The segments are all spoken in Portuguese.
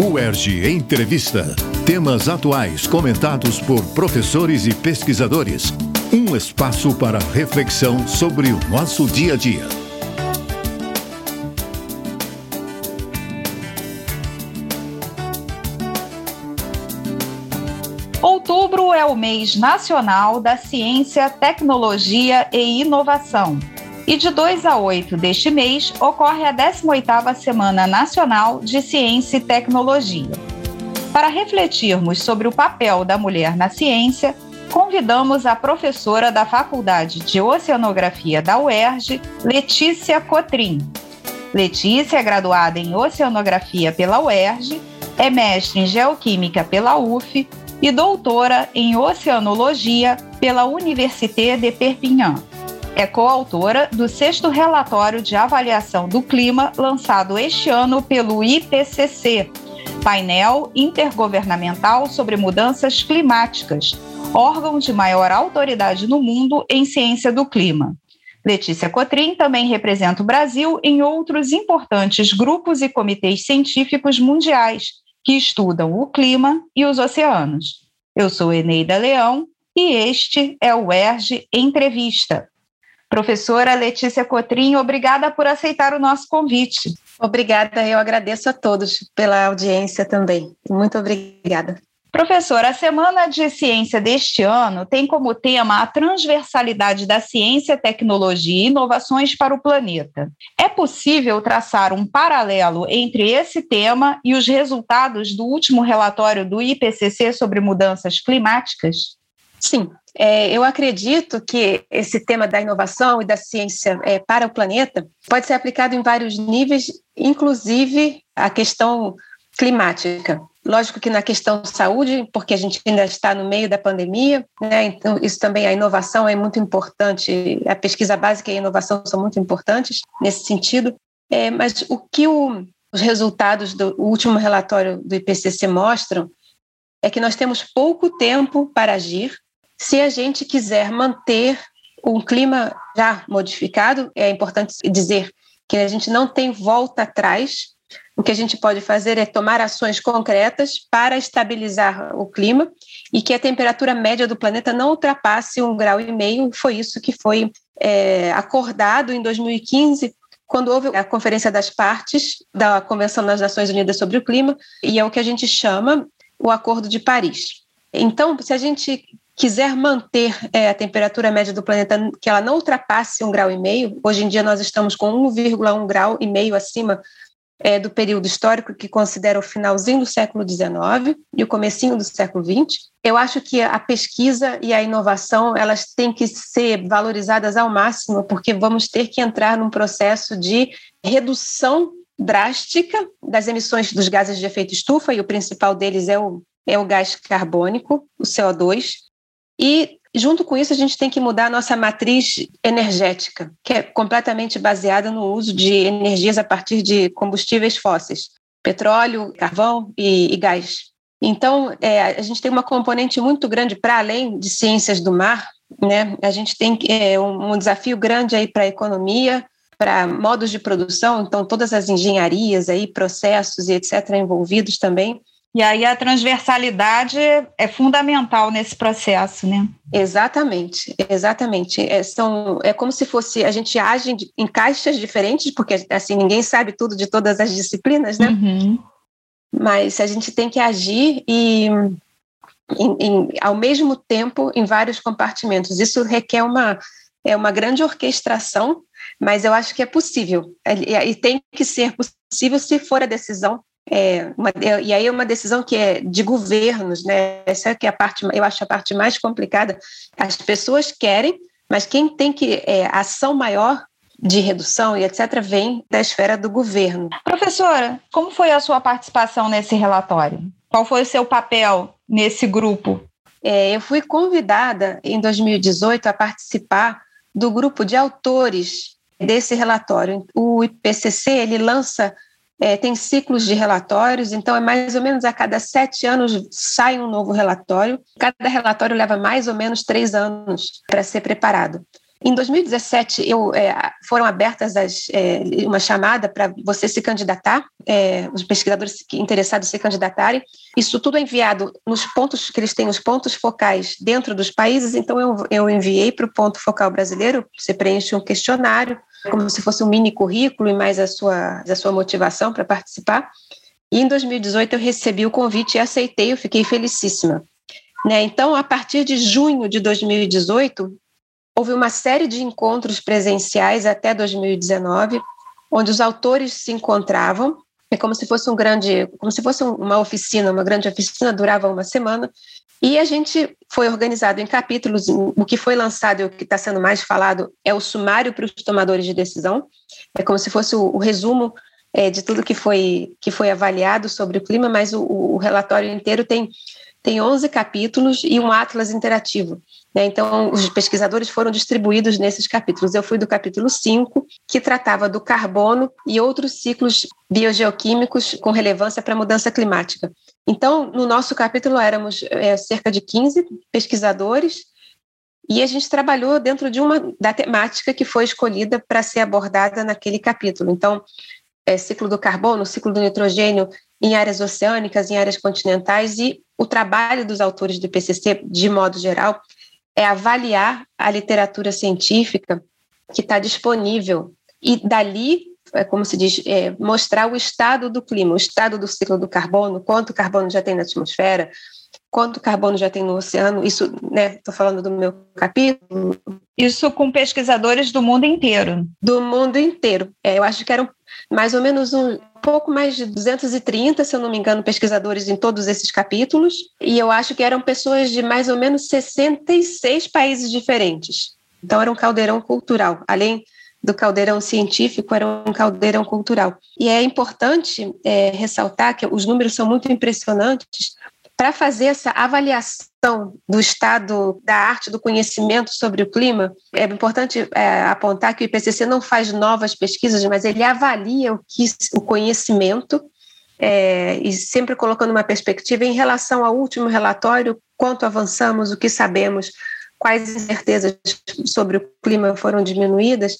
UERJ Entrevista. Temas atuais comentados por professores e pesquisadores. Um espaço para reflexão sobre o nosso dia a dia. Outubro é o mês nacional da ciência, tecnologia e inovação. E de 2 a 8 deste mês ocorre a 18ª Semana Nacional de Ciência e Tecnologia. Para refletirmos sobre o papel da mulher na ciência, convidamos a professora da Faculdade de Oceanografia da UERJ, Letícia Cotrim. Letícia é graduada em Oceanografia pela UERJ, é mestre em Geoquímica pela UF e doutora em Oceanologia pela Université de Perpignan. É coautora do 6º Relatório de Avaliação do Clima, lançado este ano pelo IPCC, Painel Intergovernamental sobre Mudanças Climáticas, órgão de maior autoridade no mundo em ciência do clima. Letícia Cotrim também representa o Brasil em outros importantes grupos e comitês científicos mundiais que estudam o clima e os oceanos. Eu sou Eneida Leão e este é o UERJ Entrevista. Professora Letícia Cotrim, obrigada por aceitar o nosso convite. Obrigada, eu agradeço a todos pela audiência também. Muito obrigada. Professora, a Semana de Ciência deste ano tem como tema a transversalidade da ciência, tecnologia e inovações para o planeta. É possível traçar um paralelo entre esse tema e os resultados do último relatório do IPCC sobre mudanças climáticas? Sim. Eu acredito que esse tema da inovação e da ciência para o planeta pode ser aplicado em vários níveis, inclusive a questão climática. Lógico que na questão saúde, porque a gente ainda está no meio da pandemia, né? Então isso também, a inovação é muito importante, a pesquisa básica e a inovação são muito importantes nesse sentido, mas o que os resultados do último relatório do IPCC mostram é que nós temos pouco tempo para agir. Se a gente quiser manter um clima já modificado, é importante dizer que a gente não tem volta atrás. O que a gente pode fazer é tomar ações concretas para estabilizar o clima e que a temperatura média do planeta não ultrapasse 1,5 graus. Foi isso que foi acordado em 2015, quando houve a Conferência das Partes da Convenção das Nações Unidas sobre o Clima, e é o que a gente chama o Acordo de Paris. Então, se a gente quiser manter a temperatura média do planeta, que ela não ultrapasse 1,5 graus, hoje em dia nós estamos com 1,1 grau e meio acima do período histórico que considera o finalzinho do século XIX e o comecinho do século XX, eu acho que a pesquisa e a inovação elas têm que ser valorizadas ao máximo, porque vamos ter que entrar num processo de redução drástica das emissões dos gases de efeito estufa, e o principal deles é o gás carbônico, o CO2, e junto com isso a gente tem que mudar a nossa matriz energética, que é completamente baseada no uso de energias a partir de combustíveis fósseis, petróleo, carvão e gás. Então, a gente tem uma componente muito grande para além de ciências do mar, né? A gente tem um desafio grande aí para a economia, para modos de produção, então todas as engenharias, aí, processos e etc. envolvidos também. E aí a transversalidade é fundamental nesse processo, né? Exatamente. É como se fosse, a gente age em caixas diferentes, porque assim, ninguém sabe tudo de todas as disciplinas, né? Uhum. Mas a gente tem que agir ao mesmo tempo em vários compartimentos. Isso requer uma grande orquestração, mas eu acho que é possível. E tem que ser possível se for a decisão. E aí é uma decisão que é de governos, né? Essa é que é eu acho a parte mais complicada. As pessoas querem, mas quem tem que a ação maior de redução e etc. vem da esfera do governo. Professora, como foi a sua participação nesse relatório? Qual foi o seu papel nesse grupo? Eu fui convidada em 2018 a participar do grupo de autores desse relatório. O IPCC, ele lança tem ciclos de relatórios, então é mais ou menos a cada 7 anos sai um novo relatório. Cada relatório leva mais ou menos 3 anos para ser preparado. Em 2017, foram abertas uma chamada para você se candidatar, os pesquisadores interessados se candidatarem. Isso tudo é enviado nos pontos que eles têm, os pontos focais dentro dos países. Então, eu enviei para o ponto focal brasileiro. Você preenche um questionário, como se fosse um mini currículo e mais a sua motivação para participar. E em 2018, eu recebi o convite e aceitei, eu fiquei felicíssima. Então, a partir de junho de 2018, houve uma série de encontros presenciais até 2019, onde os autores se encontravam. É como se fosse uma oficina, uma grande oficina, durava uma semana. E a gente foi organizado em capítulos. O que foi lançado e o que está sendo mais falado é o sumário para os tomadores de decisão. É como se fosse o resumo de tudo que foi avaliado sobre o clima, mas o relatório inteiro tem 11 capítulos e um atlas interativo. Então, os pesquisadores foram distribuídos nesses capítulos. Eu fui do capítulo 5, que tratava do carbono e outros ciclos biogeoquímicos com relevância para a mudança climática. Então, no nosso capítulo, éramos cerca de 15 pesquisadores e a gente trabalhou dentro da temática que foi escolhida para ser abordada naquele capítulo. Então, ciclo do carbono, ciclo do nitrogênio em áreas oceânicas, em áreas continentais, e o trabalho dos autores do IPCC, de modo geral, é avaliar a literatura científica que está disponível e dali, como se diz, mostrar o estado do clima, o estado do ciclo do carbono, quanto carbono já tem na atmosfera, quanto carbono já tem no oceano. Isso, estou falando do meu capítulo. Isso com pesquisadores do mundo inteiro. Do mundo inteiro. Eu acho que eram mais ou menos um pouco mais de 230, se eu não me engano, pesquisadores em todos esses capítulos, e eu acho que eram pessoas de mais ou menos 66 países diferentes. Então era um caldeirão cultural, além do caldeirão científico, era um caldeirão cultural. E é importante ressaltar que os números são muito impressionantes. Para fazer essa avaliação do estado da arte do conhecimento sobre o clima, é importante apontar que o IPCC não faz novas pesquisas, mas ele avalia o conhecimento e sempre colocando uma perspectiva em relação ao último relatório, quanto avançamos, o que sabemos, quais incertezas sobre o clima foram diminuídas.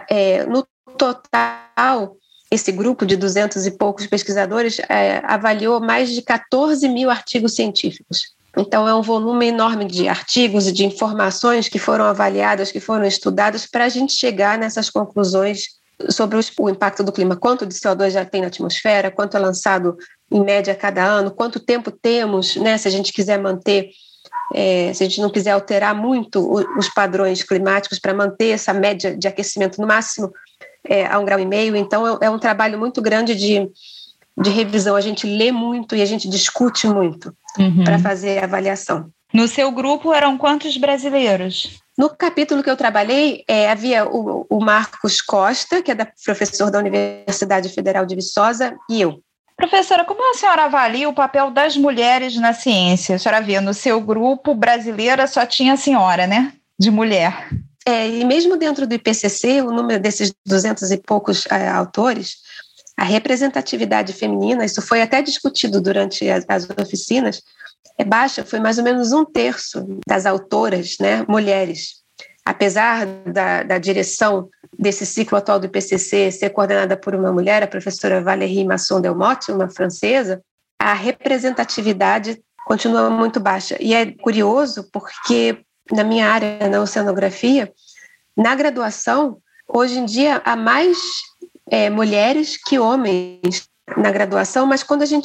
No total, esse grupo de 200 e poucos pesquisadores avaliou mais de 14 mil artigos científicos. Então, é um volume enorme de artigos e de informações que foram avaliadas, que foram estudadas, para a gente chegar nessas conclusões sobre o impacto do clima. Quanto de CO2 já tem na atmosfera, quanto é lançado em média a cada ano, quanto tempo temos, se a gente quiser manter, se a gente não quiser alterar muito os padrões climáticos para manter essa média de aquecimento no máximo a 1,5 graus. Então, é um trabalho muito grande de revisão. A gente lê muito e a gente discute muito para fazer a avaliação. No seu grupo eram quantos brasileiros? No capítulo que eu trabalhei, havia o Marcos Costa, que é professor da Universidade Federal de Viçosa, e eu. Professora, como a senhora avalia o papel das mulheres na ciência? A senhora via no seu grupo brasileira só tinha a senhora, né? De mulher. E mesmo dentro do IPCC, o número desses 200 e poucos autores, a representatividade feminina, isso foi até discutido durante as oficinas, é baixa, foi mais ou menos 1/3 das autoras, mulheres. Apesar da direção desse ciclo atual do IPCC ser coordenada por uma mulher, a professora Valérie Masson-Delmotte, uma francesa, a representatividade continua muito baixa. E é curioso porque na minha área, na oceanografia, na graduação, hoje em dia há mais mulheres que homens na graduação, mas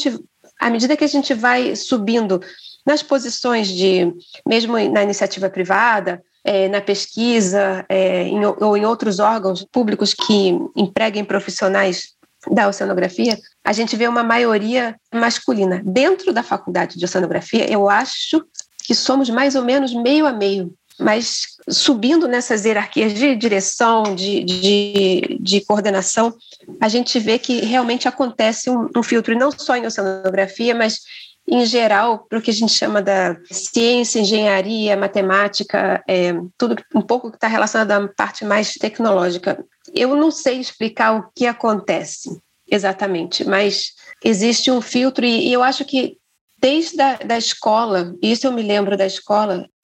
à medida que a gente vai subindo nas posições mesmo na iniciativa privada, na pesquisa, ou em outros órgãos públicos que empreguem profissionais da oceanografia, a gente vê uma maioria masculina. Dentro da faculdade de oceanografia, eu acho que somos mais ou menos meio a meio, mas subindo nessas hierarquias de direção, de coordenação, a gente vê que realmente acontece um filtro, e não só em oceanografia, mas em geral, para o que a gente chama da ciência, engenharia, matemática, tudo um pouco que está relacionado à parte mais tecnológica. Eu não sei explicar o que acontece exatamente, mas existe um filtro, e eu acho que desde da escola, isso eu me lembro da escola,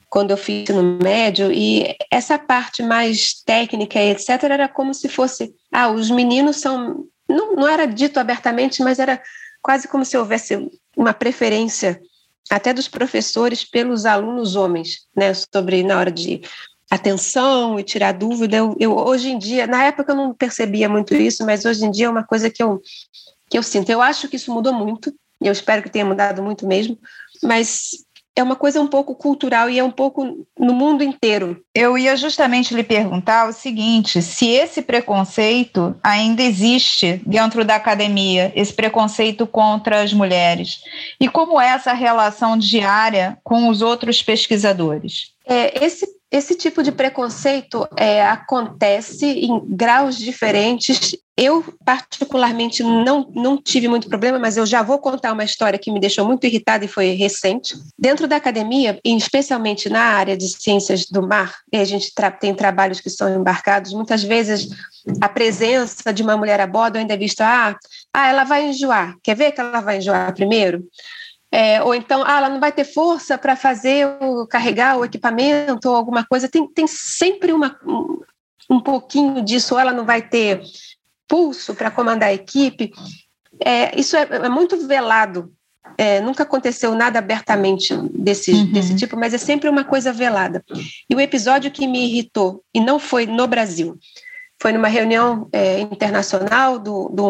quando eu fiz no médio, e essa parte mais técnica e etc. era como se fosse, os meninos são, não era dito abertamente, mas era quase como se houvesse uma preferência até dos professores pelos alunos homens, né, sobre na hora de atenção e tirar dúvida. Eu hoje em dia, na época eu não percebia muito isso, mas hoje em dia é uma coisa que eu sinto. Eu acho que isso mudou muito, e eu espero que tenha mudado muito mesmo, mas é uma coisa um pouco cultural e é um pouco no mundo inteiro. Eu ia justamente lhe perguntar o seguinte, se esse preconceito ainda existe dentro da academia, esse preconceito contra as mulheres, e como é essa relação diária com os outros pesquisadores? Esse tipo de preconceito acontece em graus diferentes. Eu, particularmente, não tive muito problema, mas eu já vou contar uma história que me deixou muito irritada e foi recente. Dentro da academia, e especialmente na área de ciências do mar, e a gente tem trabalhos que são embarcados, muitas vezes a presença de uma mulher a bordo ainda é vista, ela vai enjoar. Quer ver que ela vai enjoar primeiro? Ou então, ela não vai ter força para carregar o equipamento ou alguma coisa. Tem sempre um pouquinho disso, ou ela não vai ter pulso para comandar a equipe. Isso é muito velado. Nunca aconteceu nada abertamente desse tipo, mas é sempre uma coisa velada. E o episódio que me irritou, e não foi no Brasil, foi numa reunião internacional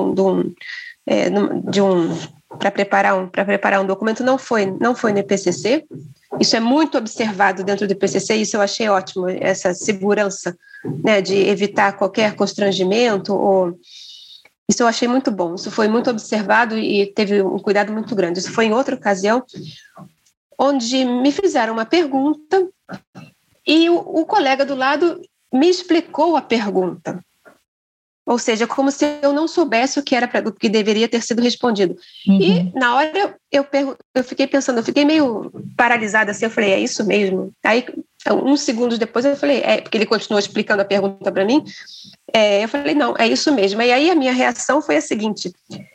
para preparar um documento, não foi no IPCC. Isso é muito observado dentro do IPCC, isso eu achei ótimo, essa segurança, né, de evitar qualquer constrangimento, isso eu achei muito bom, isso foi muito observado e teve um cuidado muito grande. Isso foi em outra ocasião, onde me fizeram uma pergunta e o colega do lado me explicou a pergunta. Ou seja, como se eu não soubesse o que deveria ter sido respondido. E na hora eu fiquei pensando, eu fiquei meio paralisada assim, eu falei, é isso mesmo? Aí, uns segundos depois eu falei, porque ele continuou explicando a pergunta para mim, eu falei, não, é isso mesmo. E aí a minha reação foi a seguinte,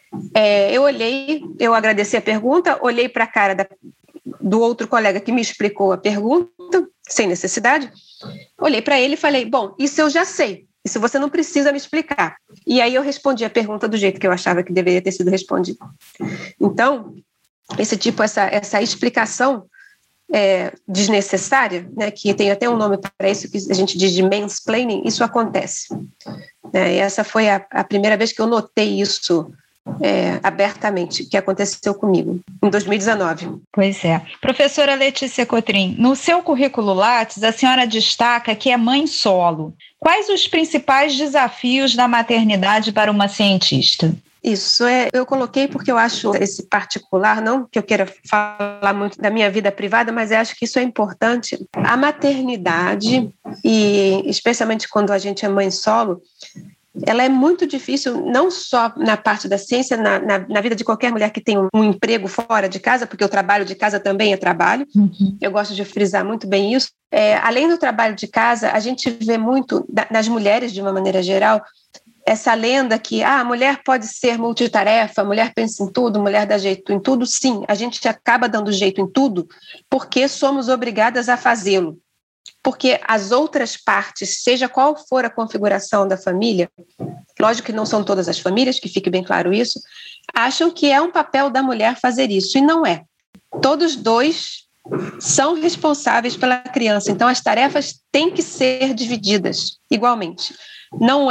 eu agradeci a pergunta, olhei para a cara do outro colega que me explicou a pergunta, sem necessidade, olhei para ele e falei, bom, isso eu já sei. Isso você não precisa me explicar. E aí eu respondi a pergunta do jeito que eu achava que deveria ter sido respondida. Então, essa explicação desnecessária, né, que tem até um nome para isso, que a gente diz de mansplaining, isso acontece. E essa foi a primeira vez que eu notei isso abertamente, que aconteceu comigo, em 2019. Pois é. Professora Letícia Cotrim, no seu currículo Lattes, a senhora destaca que é mãe solo. Quais os principais desafios da maternidade para uma cientista? Isso eu coloquei porque eu acho esse particular, não que eu queira falar muito da minha vida privada, mas eu acho que isso é importante. A maternidade, e especialmente quando a gente é mãe solo, ela é muito difícil, não só na parte da ciência, na vida de qualquer mulher que tem um emprego fora de casa, porque o trabalho de casa também é trabalho. Eu gosto de frisar muito bem isso. Além do trabalho de casa, a gente vê muito, nas mulheres de uma maneira geral, essa lenda que a mulher pode ser multitarefa, a mulher pensa em tudo, a mulher dá jeito em tudo. Sim, a gente acaba dando jeito em tudo porque somos obrigadas a fazê-lo. Porque as outras partes, seja qual for a configuração da família, lógico que não são todas as famílias, que fique bem claro isso, acham que é um papel da mulher fazer isso, e não é. Todos dois são responsáveis pela criança, então as tarefas têm que ser divididas igualmente. Não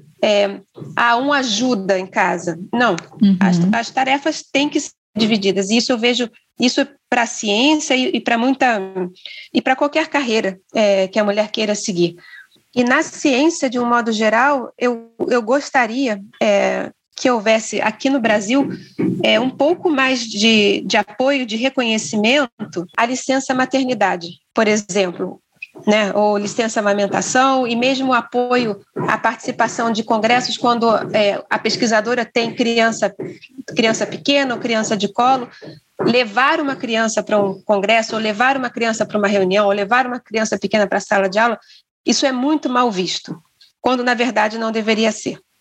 um ajuda em casa, não. As tarefas têm que ser divididas, e isso eu vejo, isso para a ciência e para qualquer carreira que a mulher queira seguir. E na ciência, de um modo geral, eu gostaria que houvesse aqui no Brasil um pouco mais de apoio, de reconhecimento à licença maternidade, por exemplo, né, ou licença amamentação, e mesmo apoio à participação de congressos quando a pesquisadora tem criança pequena ou criança de colo, levar uma criança para um congresso, ou levar uma criança para uma reunião, ou levar uma criança pequena para a sala de aula, isso é muito mal visto, quando na verdade não deveria ser.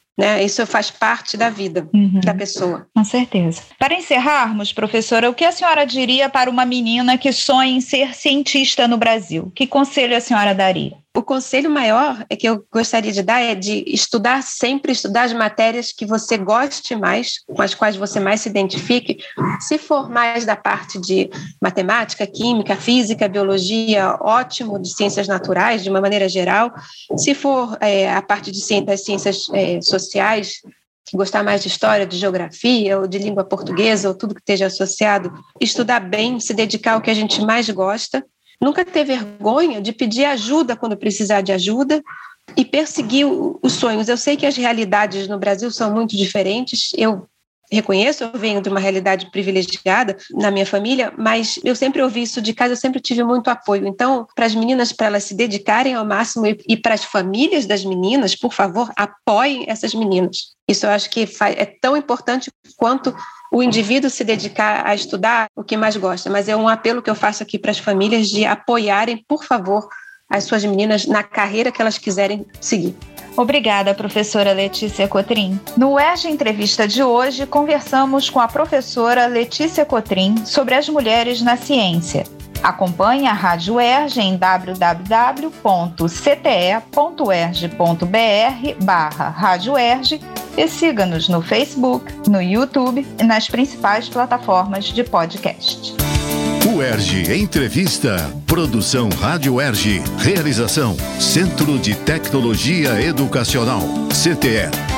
né? Isso faz parte da vida da pessoa. Com certeza. Para encerrarmos, professora, o que a senhora diria para uma menina que sonha em ser cientista no Brasil? Que conselho a senhora daria? O conselho maior que eu gostaria de dar é de estudar sempre, estudar as matérias que você goste mais, com as quais você mais se identifique. Se for mais da parte de matemática, química, física, biologia, ótimo, de ciências naturais, de uma maneira geral. Se for a parte das ciências sociais, que gostar mais de história, de geografia ou de língua portuguesa ou tudo que esteja associado, estudar bem, se dedicar ao que a gente mais gosta. Nunca ter vergonha de pedir ajuda quando precisar de ajuda e perseguir os sonhos. Eu sei que as realidades no Brasil são muito diferentes, eu reconheço, eu venho de uma realidade privilegiada na minha família, mas eu sempre ouvi isso de casa, eu sempre tive muito apoio. Então, para as meninas, para elas se dedicarem ao máximo e para as famílias das meninas, por favor, apoiem essas meninas. Isso eu acho que é tão importante quanto o indivíduo se dedicar a estudar o que mais gosta, mas é um apelo que eu faço aqui para as famílias de apoiarem, por favor, as suas meninas na carreira que elas quiserem seguir. Obrigada, professora Letícia Cotrim. No UERJ Entrevista de hoje, conversamos com a professora Letícia Cotrim sobre as mulheres na ciência. Acompanhe a Rádio UERJ em www.cte.uerj.br/Rádio UERJ e siga-nos no Facebook, no YouTube e nas principais plataformas de podcast. UERJ Entrevista. Produção Rádio UERJ. Realização Centro de Tecnologia Educacional, CTE.